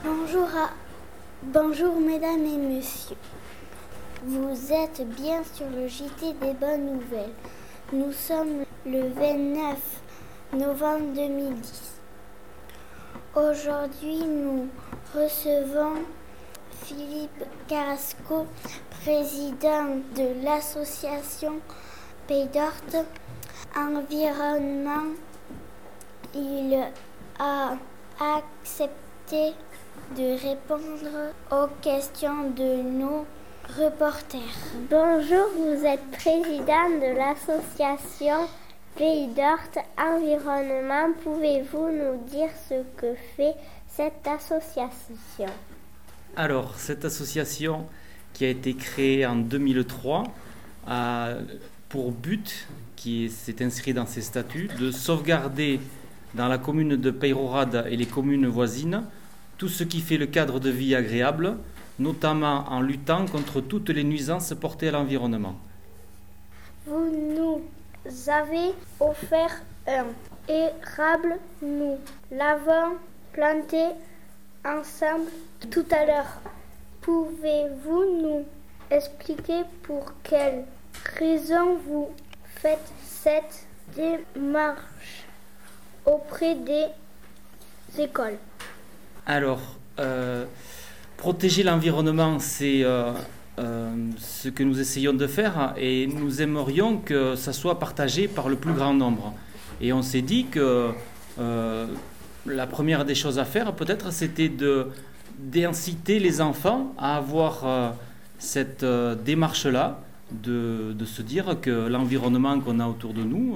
Bonjour mesdames et messieurs. Vous êtes bien sur le JT des bonnes nouvelles. Nous sommes le 29 novembre 2010. Aujourd'hui, nous recevons Philippe Carrasco, président de l'association Pays d'Horte Environnement. Il a accepté de répondre aux questions de nos reporters. Bonjour, vous êtes président de l'association Pays d'Horte Environnement. Pouvez-vous nous dire ce que fait cette association? Alors, cette association qui a été créée en 2003 a pour but, qui s'est inscrit dans ses statuts, de sauvegarder dans la commune de Peyrehorade et les communes voisines tout ce qui fait le cadre de vie agréable, notamment en luttant contre toutes les nuisances portées à l'environnement. Vous nous avez offert un érable, nous l'avons planté ensemble tout à l'heure. Pouvez-vous nous expliquer pour quelles raisons vous faites cette démarche auprès des écoles? Alors, protéger l'environnement, c'est ce que nous essayons de faire et nous aimerions que ça soit partagé par le plus grand nombre. Et on s'est dit que la première des choses à faire, peut-être, c'était d'inciter les enfants à avoir cette démarche-là, de se dire que l'environnement qu'on a autour de nous,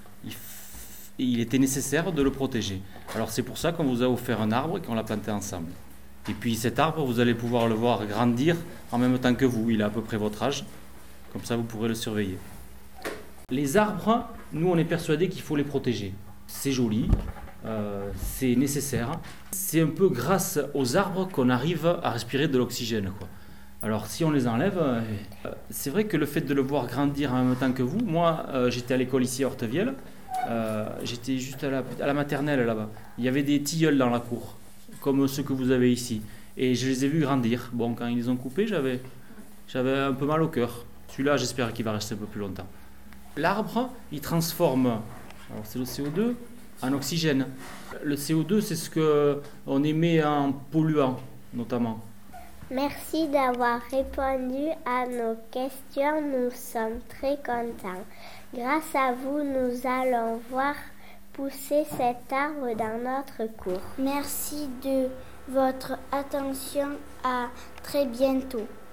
il était nécessaire de le protéger. Alors c'est pour ça qu'on vous a offert un arbre et qu'on l'a planté ensemble. Et puis cet arbre, vous allez pouvoir le voir grandir en même temps que vous. Il a à peu près votre âge. Comme ça, vous pourrez le surveiller. Les arbres, nous, on est persuadés qu'il faut les protéger. C'est joli, c'est nécessaire. C'est un peu grâce aux arbres qu'on arrive à respirer de l'oxygène, quoi. Alors si on les enlève, c'est vrai que le fait de le voir grandir en même temps que vous, moi j'étais à l'école ici à Hortevielle, j'étais juste à la maternelle là-bas. Il y avait des tilleuls dans la cour, comme ceux que vous avez ici. Et je les ai vus grandir. Bon, quand ils les ont coupés, j'avais un peu mal au cœur. Celui-là, j'espère qu'il va rester un peu plus longtemps. L'arbre, il transforme, alors c'est le CO2, en oxygène. Le CO2, c'est ce qu'on émet en polluant, notamment. Merci d'avoir répondu à nos questions. Nous sommes très contents. Grâce à vous, nous allons voir pousser cet arbre dans notre cour. Merci de votre attention. À très bientôt.